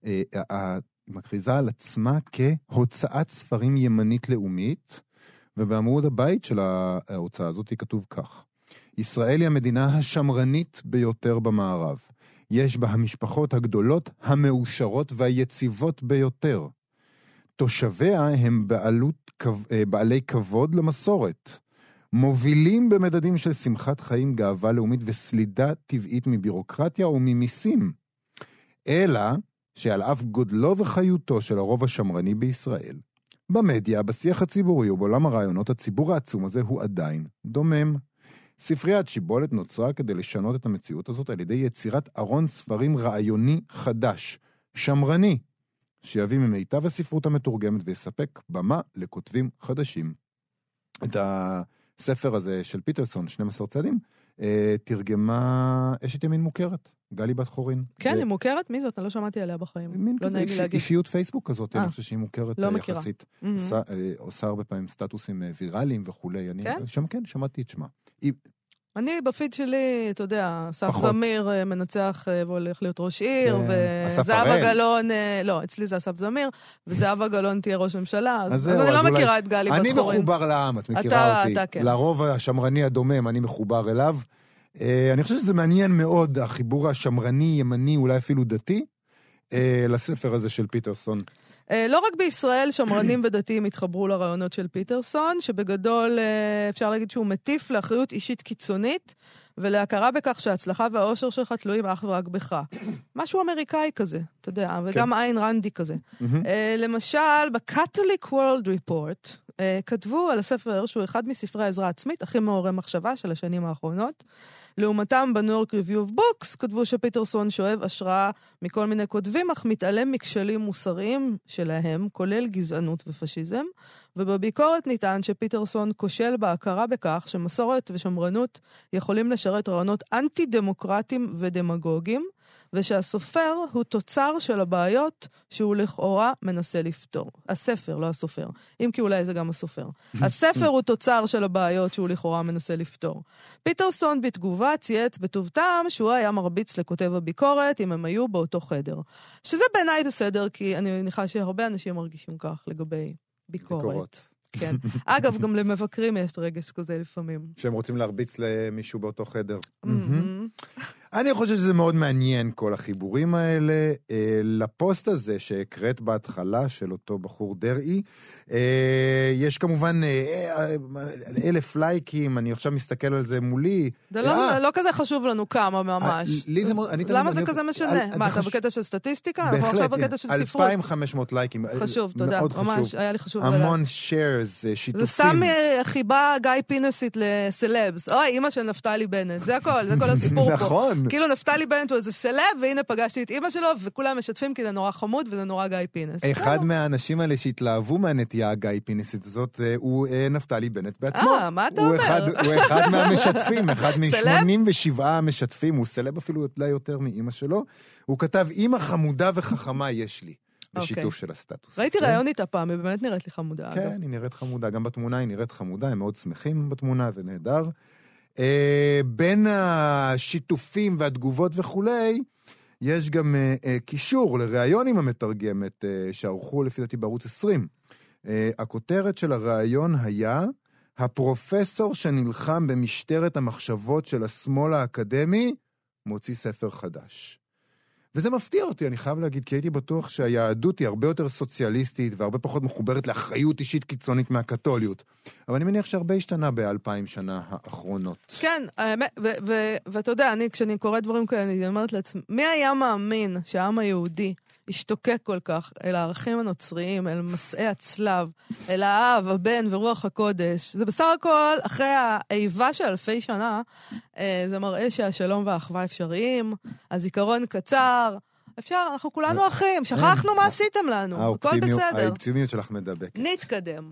מכריזה על עצמה כהוצאת ספרים ימנית לאומית, ובעמוד הבית של ההוצאה הזאת כתוב כך: ישראל היא המדינה השמרנית ביותר במערב. יש בה המשפחות הגדולות, המאושרות והיציבות ביותר. תושביה הם בעלי כבוד למסורת. מובילים במדדים של שמחת חיים, גאווה לאומית וסלידה טבעית מבירוקרטיה וממיסים. אלא שעל אף גודלו וחיותו של הרוב השמרני בישראל, במדיה, בשיח הציבורי ובעולם הרעיונות, הציבור העצום הזה הוא עדיין דומם. ספריית שיבולת נוצרה כדי לשנות את המציאות הזאת על ידי יצירת ארון ספרים רעיוני חדש, שמרני, שיביא ממיטב הספרות המתורגמת ויספק במה לכותבים חדשים. את הספר הזה של פיטרסון, 12 צעדים, תרגמה אשת ימין מוכרת, גלי בת חורין. כן, היא מוכרת? מי זאת? אני לא שמעתי עליה בחיים. מין כזה אישיות פייסבוק כזאת, אני חושב שהיא מוכרת יחסית. עושה הרבה פעמים סטטוסים ויראליים וכולי. כן, שמעתי את שמה. אני בפיד שלי, אתה יודע, אסף זמיר מנצח והולך להיות ראש עיר, וזהבה גלאון, לא, אצלי זה אסף זמיר, וזהבה גלאון תהיה ראש ממשלה, אז אני לא מכירה את גלי בת חורין. אני מחובר לעם, את מכירה אותי. לרוב השמרני הדומם, אני מחובר אליו. אני חושב שזה מעניין מאוד, החיבור השמרני, ימני, אולי אפילו דתי, לספר הזה של פיטרסון. לא רק בישראל שמרנים ודתיים התחברו לרעיונות של פיטרסון, שבגדול אפשר להגיד שהוא מטיף לאחריות אישית קיצונית, ולהכרה בכך שההצלחה והאושר שלך תלויים אך ורק בך. משהו אמריקאי כזה, אתה יודע, וגם איין רנדי כזה. למשל, ב-Catholic World Report, כתבו על הספר שהוא אחד מספרי העזרה עצמית, הכי מעוררי מחשבה של השנים האחרונות. לעומתם בניו יורק ריוויו אוף בוקס, כתבו שפיטרסון שואב השראה מכל מיני כותבים, אך מתעלם מכשלים מוסריים שלהם, כולל גזענות ופשיזם, ובביקורת ניתן שפיטרסון כושל בהכרה בכך שמסורת ושמרנות יכולים לשרת רעיונות אנטי-דמוקרטיים ודמגוגיים, ושהסופר הוא תוצר של הבעיות שהוא לכאורה מנסה לפתור. הספר, לא הסופר. אם כי אולי זה גם הסופר. הספר הוא תוצר של הבעיות שהוא לכאורה מנסה לפתור. פיטרסון בתגובה צייץ בטוב טעם שהוא היה מרביץ לכותב הביקורת אם הם היו באותו חדר. שזה בעיניי בסדר, כי אני מניחה שהרבה אנשים מרגישים כך לגבי ביקורת. כן. אגב, גם למבקרים יש רגש כזה לפעמים. שהם רוצים להרביץ למישהו באותו חדר. אני חושב שזה מאוד מעניין, כל החיבורים האלה. לפוסט הזה שהקראת בהתחלה של אותו בחור דרעי, יש כמובן 1,000 לייקים, אני עכשיו מסתכל על זה מולי. זה לא כזה חשוב לנו כמה ממש. למה זה כזה משנה? מה, אתה בקטע של סטטיסטיקה? אנחנו עכשיו בקטע של ספרות. 2,500 לייקים. חשוב, תודה. ממש, היה לי חשוב. המון shares, שיתופים. זה סתם חיבה גיא פינסית לסלבס. אוי, אמא של נפתלי בנט. זה הכל, זה כל הסיפור פה. נכון. כאילו נפתלי בנט הוא איזה סלב, והנה פגשתי את אמא שלו, וכולם משתפים כי זה נורא חמוד, וזה נורא גיא פינס. אחד מהאנשים האלה שהתלהבו מהנטייה הגיא פינסית הזאת, הוא נפתלי בנט בעצמו. מה אתה אומר? הוא אחד מהמשתפים, אחד מ-87 המשתפים, הוא סלב אפילו יותר מאמא שלו. הוא כתב, אמא חמודה וחכמה יש לי, בשיתוף של הסטטוס. ראיתי רעיון איתה פעם, היא באמת נראית לי חמודה. כן, היא נראית חמודה, גם בתמונה היא נראית חמודה, הם מאוד שמחים בתמונה, זה נהדר. בין השיתופים והתגובות וכולי, יש גם קישור לראיון עם המתרגמת שערכו לפי דעתי בערוץ 20. הכותרת של הראיון היה, הפרופסור שנלחם במשטרת המחשבות של השמאל האקדמי, מוציא ספר חדש. וזה מפתיע אותי, אני חייב להגיד, כי הייתי בטוח שהיהדות היא הרבה יותר סוציאליסטית, והרבה פחות מחוברת לאחריות אישית קיצונית מהקתוליות. אבל אני מניח שהרבה השתנה ב-2000 שנה האחרונות. כן, ואתה יודע, כשאני קורא דברים כאלה, אני אומרת לעצמי, מי היה מאמין שהעם היהודי השתוקק כל כך אל הערכים הנוצריים, אל מסעי הצלב, אל האב, הבן ורוח הקודש. זה בסך הכל, אחרי האיבה של אלפי שנה, זה מראה שהשלום והאחווה אפשריים, הזיכרון קצר, אפשר, אנחנו כולנו אחים, שכחנו מה עשיתם לנו, הכל בסדר. האופטימיות שלך מדבקת. נתקדם.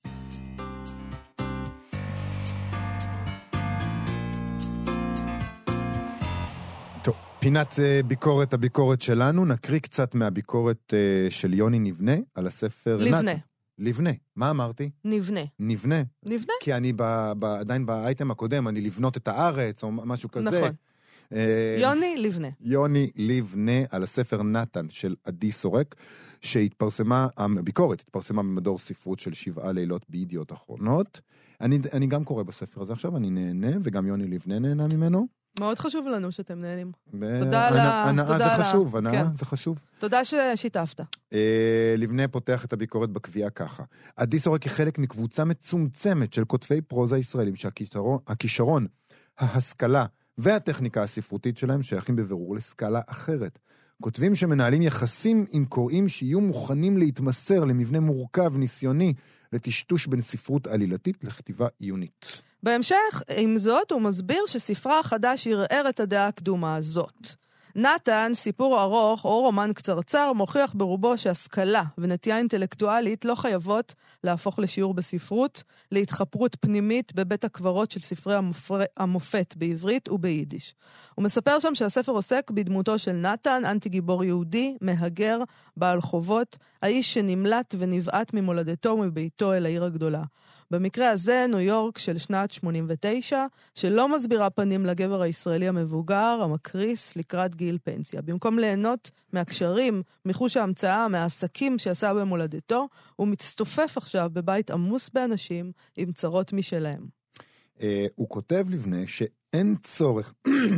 פינת ביקורת, הביקורת שלנו, נקריא קצת מהביקורת של יוני נבנה על הספר... לבנה. לבנה. מה אמרתי? נבנה. נבנה. נבנה? כי אני עדיין באייטם הקודם, אני לבנות את הארץ או משהו כזה. נכון. יוני לבנה. יוני לבנה על הספר נתן של עדי סורק, שהתפרסמה, הביקורת התפרסמה במדור ספרות של 7 לילות בידיעות אחרונות. אני גם קורא בספר הזה עכשיו, אני נהנה, וגם יוני לבנה נהנה ממנו. מאוד חשוב לנו שאתם נהנים. תודה על הנאה זה חשוב, הנאה זה חשוב. תודה ששיתפת. לבנה פותח את הביקורת בקביעה ככה. עדי סורק היא חלק מקבוצה מצומצמת של כותבי פרוזה ישראלים, שהכישרון, ההשכלה והטכניקה הספרותית שלהם שייכים בבירור לסקאלה אחרת. כותבים שמנהלים יחסים עם קוראים שיהיו מוכנים להתמסר למבנה מורכב, ניסיוני, לטשטוש בין ספרות עלילתית לכתיבה עיונית. בהמשך, עם זאת, הוא מסביר שספרה החדש ירער את הדעה הקדומה הזאת. נתן, סיפור ארוך או רומן קצרצר, מוכיח ברובו שהשכלה ונטייה אינטלקטואלית לא חייבות להפוך לשיעור בספרות, להתחפרות פנימית בבית הקברות של ספרי המופת בעברית וביידיש. הוא מספר שם שהספר עוסק בדמותו של נתן, אנטי גיבור יהודי, מהגר, בעל חובות, האיש שנמלט ונבעט ממולדתו ומביתו אל העיר הגדולה. במקרה הזה, ניו יורק של שנת 89, שלא מסבירה פנים לגבר הישראלי המבוגר, המקריס, לקראת גיל פנסיה. במקום ליהנות מהקשרים, מחוש ההמצאה, מהעסקים שעשה במולדתו, הוא מצטופף עכשיו בבית עמוס באנשים עם צרות משלהם. הוא כותב לבנה שאין צורך,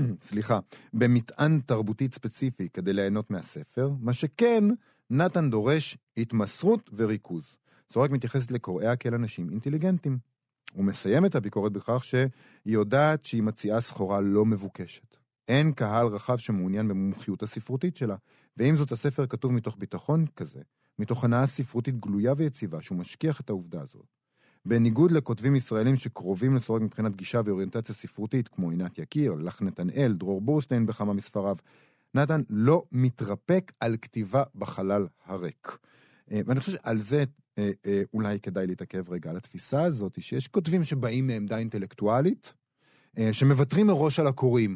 במטען תרבותית ספציפי כדי ליהנות מהספר, מה שכן, נתן דורש התמסרות וריכוז. סורק מתייחסת לקוראיה כאל אנשים אינטליגנטים. הוא מסיים את הביקורת בכך שהיא יודעת שהיא מציעה סחורה לא מבוקשת. אין קהל רחב שמעוניין במומחיות הספרותית שלה, ואם זאת הספר כתוב מתוך ביטחון כזה, מתוך הנאה ספרותית גלויה ויציבה, שהוא משכיח את העובדה הזאת. בניגוד לכותבים ישראלים שקרובים לסורג מבחינת גישה ואוריינטציה ספרותית, כמו עינת יקיר, לך נתנאל, דרור בורשטיין בכמה מספריו, נתן לא מתרפק על כתיבה בחלל הריק. ואני חושב שעל זה אולי כדאי להתעכב רגע על התפיסה הזאת, שיש כותבים שבאים מעמדה אינטלקטואלית, שמוותרים מראש על הקוראים.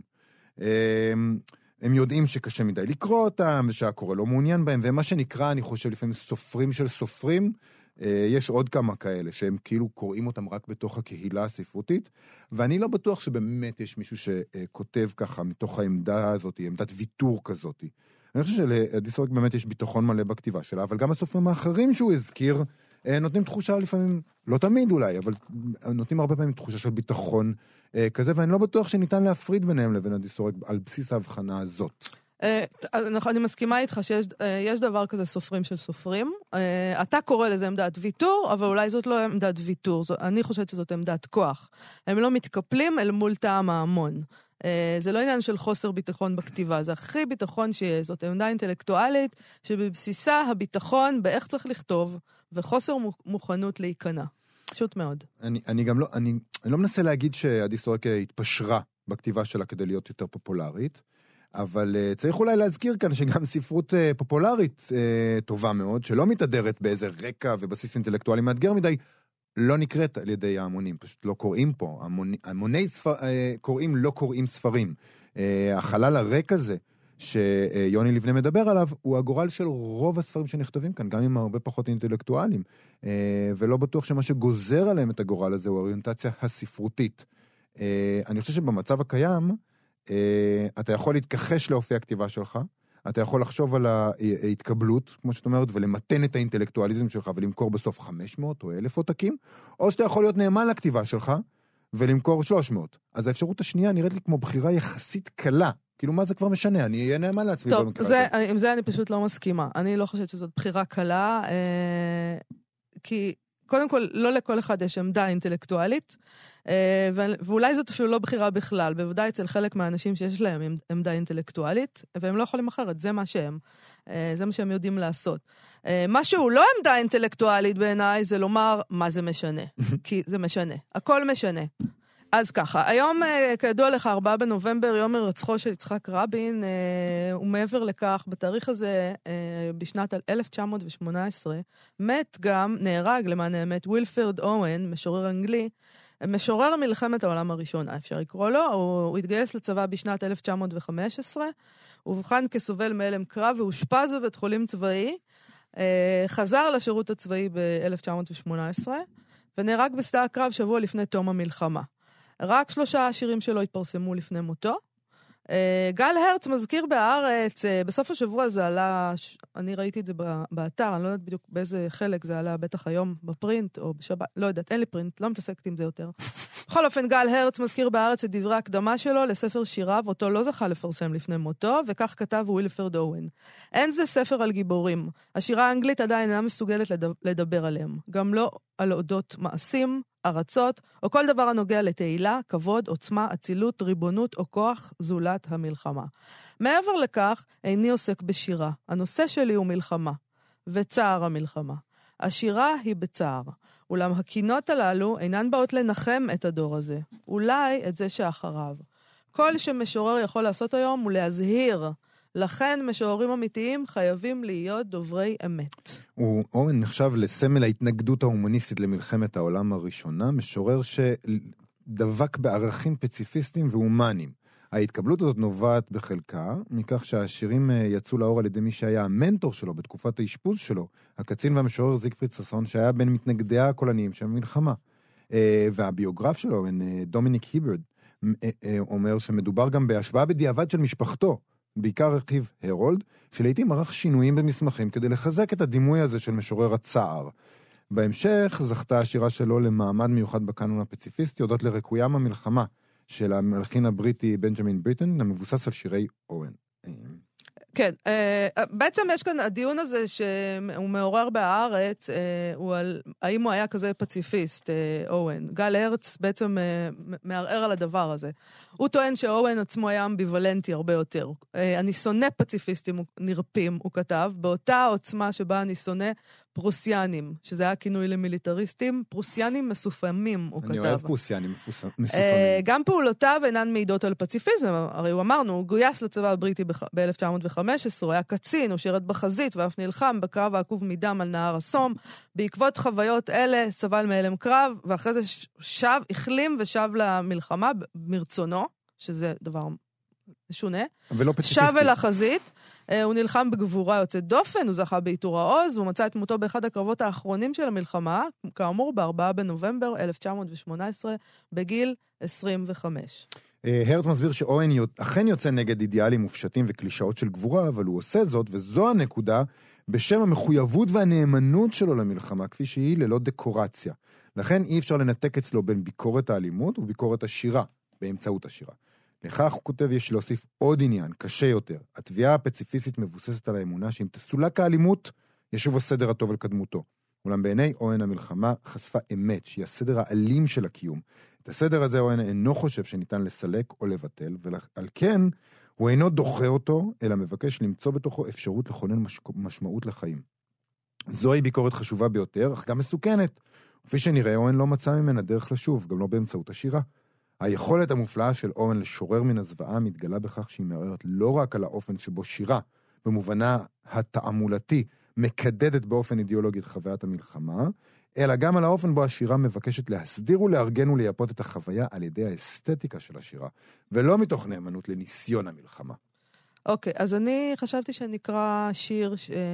הם יודעים שקשה מדי לקרוא אותם, ושהקורא לא מעוניין בהם, ומה שנקרא, אני חושב, לפעמים סופרים של סופרים, יש עוד כמה כאלה, שהם כאילו קוראים אותם רק בתוך הקהילה הספרותית, ואני לא בטוח שבאמת יש מישהו שכותב ככה, מתוך העמדה הזאת, עמדת ויתור כזאת. אני חושב שלעדי סורק באמת יש ביטחון מלא בכתיבה שלה, אבל גם הסופרים האחרים שהוא הזכיר, נותנים תחושה לפעמים, לא תמיד אולי, אבל נותנים הרבה פעמים תחושה של ביטחון כזה, ואני לא בטוח שניתן להפריד ביניהם לבין עדי סורק על בסיס ההבחנה הזאת. אני מסכימה איתך שיש דבר כזה סופרים של סופרים. אתה קורא לזה עמדת ויתור, אבל אולי זאת לא עמדת ויתור. אני חושבת שזאת עמדת כוח. הם לא מתקפלים אל מול טעם ההמון. זה לא עניין של חוסר ביטחון בכתיבה, זה הכי ביטחון שיש. זאת עמדה אינטלקטואלית שבבסיסה הביטחון באיך צריך לכתוב, וחוסר מוכנות להיכנע. פשוט מאוד. אני לא מנסה להגיד שעדי סורק התפשרה בכתיבה שלה כדי להיות יותר פופולרית, אבל צריך אולי להזכיר כאן שגם ספרות פופולרית טובה מאוד, שלא מתהדרת באיזה רקע ובסיס אינטלקטואלי מאתגר מדי, לא נקראת על ידי ההמונים, פשוט לא קוראים פה. המוני קוראים לא קוראים ספרים. החלל הריק הזה שיוני לבנה מדבר עליו, הוא הגורל של רוב הספרים שנכתבים כאן, גם עם הרבה פחות אינטלקטואלים, ולא בטוח שמה שגוזר עליהם את הגורל הזה הוא האוריינטציה הספרותית. אני חושב שבמצב הקיים, אתה יכול להתכחש לאופי הכתיבה שלך, אתה יכול לחשוב על ההתקבלות, כמו שאת אומרת, ולמתן את האינטלקטואליזם שלך, ולמכור בסוף 500 או 1,000 עותקים, או שאתה יכול להיות נאמן לכתיבה שלך, ולמכור 300. אז האפשרות השנייה נראית לי כמו בחירה יחסית קלה. כאילו, מה זה כבר משנה? אני אהיה נאמן לעצמי במקרה הזה. טוב, עם זה אני פשוט לא מסכימה. אני לא חושבת שזאת בחירה קלה, כי קודם כל, לא לכל אחד יש עמדה אינטלקטואלית, ואולי זאת אפילו לא בחירה בכלל, בוודאי אצל חלק מהאנשים שיש להם עמדה אינטלקטואלית, והם לא יכולים אחרת, זה מה שהם. זה מה שהם יודעים לעשות. מה שהוא לא עמדה אינטלקטואלית בעיניי, זה לומר מה זה משנה. כי זה משנה. הכל משנה. אז ככה, היום, כידוע לך, 4 בנובמבר, יום הרצחו של יצחק רבין, ומעבר לכך, בתאריך הזה, בשנת 1918, נהרג למען האמת, ווילפרד אוון, משורר אנגלי, משורר מלחמת העולם הראשונה, אפשר לקרוא לו, הוא התגייס לצבא בשנת 1915, הוא אובחן כסובל מאלם קרב, והושפז בבית חולים צבאי, חזר לשירות הצבאי ב-1918, ונהרג בשדה הקרב שבוע לפני תום המלחמה. רק 3 השירים שלו התפרסמו לפני מותו. גל הרץ מזכיר בהארץ, בסוף השבוע זה עלה, אני ראיתי את זה באתר, אני לא יודעת בדיוק באיזה חלק זה עלה, בטח היום בפרינט או בשבת, לא יודעת, אין לי פרינט, לא מתעסקת עם זה יותר. בכל אופן, גל הרץ מזכיר בהארץ את דברי הקדמה שלו לספר שיריו, אותו לא זכה לפרסם לפני מותו, וכך כתב ווילפרד אוון. אין זה ספר על גיבורים. השירה האנגלית עדיין אינה מסוגלת לדבר עליהם. גם לא על אודות מעשים, ארצות, או כל דבר הנוגע לתהילה, כבוד, עוצמה, אצילות, ריבונות או כוח זולת המלחמה. מעבר לכך, איני עוסק בשירה. הנושא שלי הוא מלחמה, וצער המלחמה. השירה היא בצער. אולם הקינות הללו אינן באות לנחם את הדור הזה. אולי את זה שאחריו. כל שמשורר יכול לעשות היום הוא להזהיר. לכן משוררים אמיתיים חייבים להיות דוברי אמת. אוון נחשב לסמל ההתנגדות ההומניסטית למלחמת העולם הראשונה, משורר שדבק בערכים פציפיסטיים והומניים. ההתקבלות הזאת נובעת בחלקה, מכך שהשירים יצאו לאור על ידי מי שהיה המנטור שלו בתקופת האשפוז שלו, הקצין והמשורר זיגפריד ששון, שהיה בין מתנגדי הקולניים של המלחמה. והביוגרף שלו, דומיניק היברד, אומר שמדובר גם בהשוואה בדיעבד של משפחתו, בעיקר רכיב הרולד, שלעיתים ערך שינויים במסמכים כדי לחזק את הדימוי הזה של משורר הצער. בהמשך זכתה השירה שלו למעמד מיוחד בקאנון הפציפיסטי, הודות לרקוים המלחמה של המלחין הבריטי בנג'מין בריטן, המבוסס על שירי אוון. כן, בעצם יש כאן הדיון הזה שהוא מעורר בהארץ, הוא על האם הוא היה כזה פציפיסט, אוהן. גל הרץ בעצם מערער על הדבר הזה. הוא טוען שאוהן עצמו היה אמביוולנטי הרבה יותר. אני שונא פציפיסטים נרפים, הוא כתב, באותה עוצמה שבה אני שונא פרוסיאנים, שזה היה כינוי למיליטריסטים, פרוסיאנים מסופמים, הוא כתב. אני אוהב פרוסיאנים מסופמים. גם פעולותיו אינן מעידות על פציפיזם, הרי הוא אמרנו, הוא גויס לצבא הבריטי ב-1915, הוא היה קצין, הוא שירת בחזית ואף נלחם בקרב העקוב מדם על נהר הסום, בעקבות חוויות אלה סבל מאלם קרב, ואחרי זה החלים ושב למלחמה מרצונו, שזה דבר שונה, שב אל החזית, הוא נלחם בגבורה יוצאת דופן, הוא זכה בעיטור העוז, הוא מצא את מותו באחד הקרבות האחרונים של המלחמה, כאמור ב-4 בנובמבר 1918, בגיל 25. הרץ מסביר שאוהן אכן יוצא נגד אידיאלים מופשטים וקלישאות של גבורה, אבל הוא עושה זאת, וזו הנקודה, בשם המחויבות והנאמנות שלו למלחמה, כפי שהיא ללא דקורציה. לכן אי אפשר לנתק אצלו בין ביקורת האלימות וביקורת השירה, באמצעות השירה. לכך הוא כותב, יש להוסיף עוד עניין, קשה יותר. התביעה הפציפיסטית מבוססת על האמונה שאם תסולק האלימות, ישוב הסדר הטוב על קדמותו. אולם בעיני אוהן המלחמה חשפה אמת, שהיא הסדר האלים של הקיום. את הסדר הזה אוהן אינו חושב שניתן לסלק או לבטל, ועל כן הוא אינו דוחה אותו, אלא מבקש למצוא בתוכו אפשרות לכונן משמעות לחיים. זוהי ביקורת חשובה ביותר, אך גם מסוכנת. כפי שנראה, אוהן לא מצא ממנה דרך לשוב, גם לא באמצעות השירה. היכולת המופלאה של אוהן לשורר מן הזוועה מתגלה בכך שהיא מערערת לא רק על האופן שבו שירה, במובנה התעמולתי, מקדדת באופן אידיאולוגי את חוויית המלחמה, אלא גם על האופן בו השירה מבקשת להסדיר ולארגן ולייפות את החוויה על ידי האסתטיקה של השירה, ולא מתוך נאמנות לניסיון המלחמה. אוקיי, אז אני חשבתי שנקרא שיר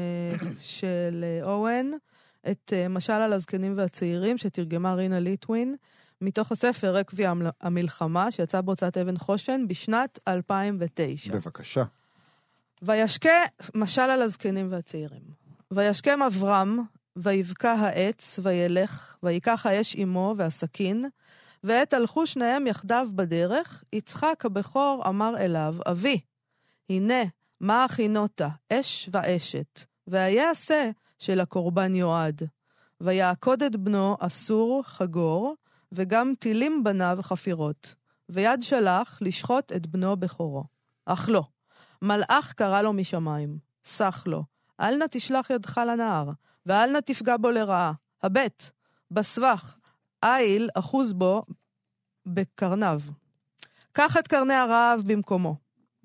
של אוהן, את משל על הזקנים והצעירים, שתרגמה רינה ליטווין, מתוך הספר רקבים המלחמה, שיצא בהוצאת אבן חושן בשנת 2009. בבקשה. וישקה משל על הזקנים והצעירים. וישקם אברהם, ויבקע העץ, וילך, ויקח האש עמו והסכין, ועת הלכו שניהם יחדיו בדרך, יצחק הבכור אמר אליו, אבי, הנה, מה הכינותה, אש ואשת, והיה עשה של הקורבן יועד. ויעקוד את בנו אסור חגור, וגם טילים בניו חפירות, ויד שלח לשחוט את בנו בכורו. אך לא, מלאך קרא לו משמיים, סח לו, אל נא תשלח ידך לנהר, ואל נא תפגע בו לרעה, הבט, בסבך, איל אחוז בו בקרניו. קח את קרני הרעב במקומו.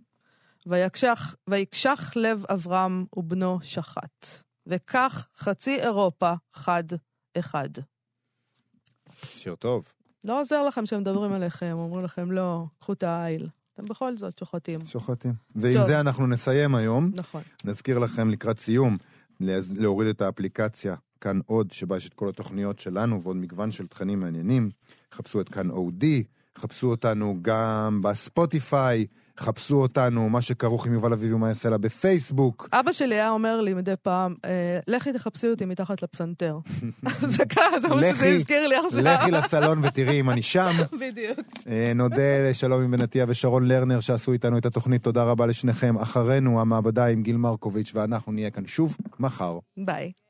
ויקשח לב אברהם ובנו שחט, וכך חצי אירופה חד אחד. שיר טוב. לא עוזר לכם שהם מדברים עליכם, אומרים לכם לא, קחו את העיל. אתם בכל זאת שוחטים. שוחטים. ועם זה אנחנו נסיים היום. נכון. נזכיר לכם לקראת סיום, להוריד את האפליקציה כאן עוד, שבה יש את כל התוכניות שלנו, ועוד מגוון של תכנים מעניינים. חפשו את כאן אודי, חפשו אותנו גם בספוטיפיי, חפשו אותנו, מה שכרוך עם יובל אביבי ומה יעשה לה בפייסבוק. אבא שלי היה אומר לי מדי פעם, לכי תחפשי אותי מתחת לפסנתר. זה ככה, זה מה שזה הזכיר לי עכשיו. לכי לסלון ותראי אם אני שם. בדיוק. נודה לשלום עם בנתיה ושרון לרנר שעשו איתנו את התוכנית. תודה רבה לשניכם. אחרינו המעבדה עם גיל מרקוביץ' ואנחנו נהיה כאן שוב מחר. ביי.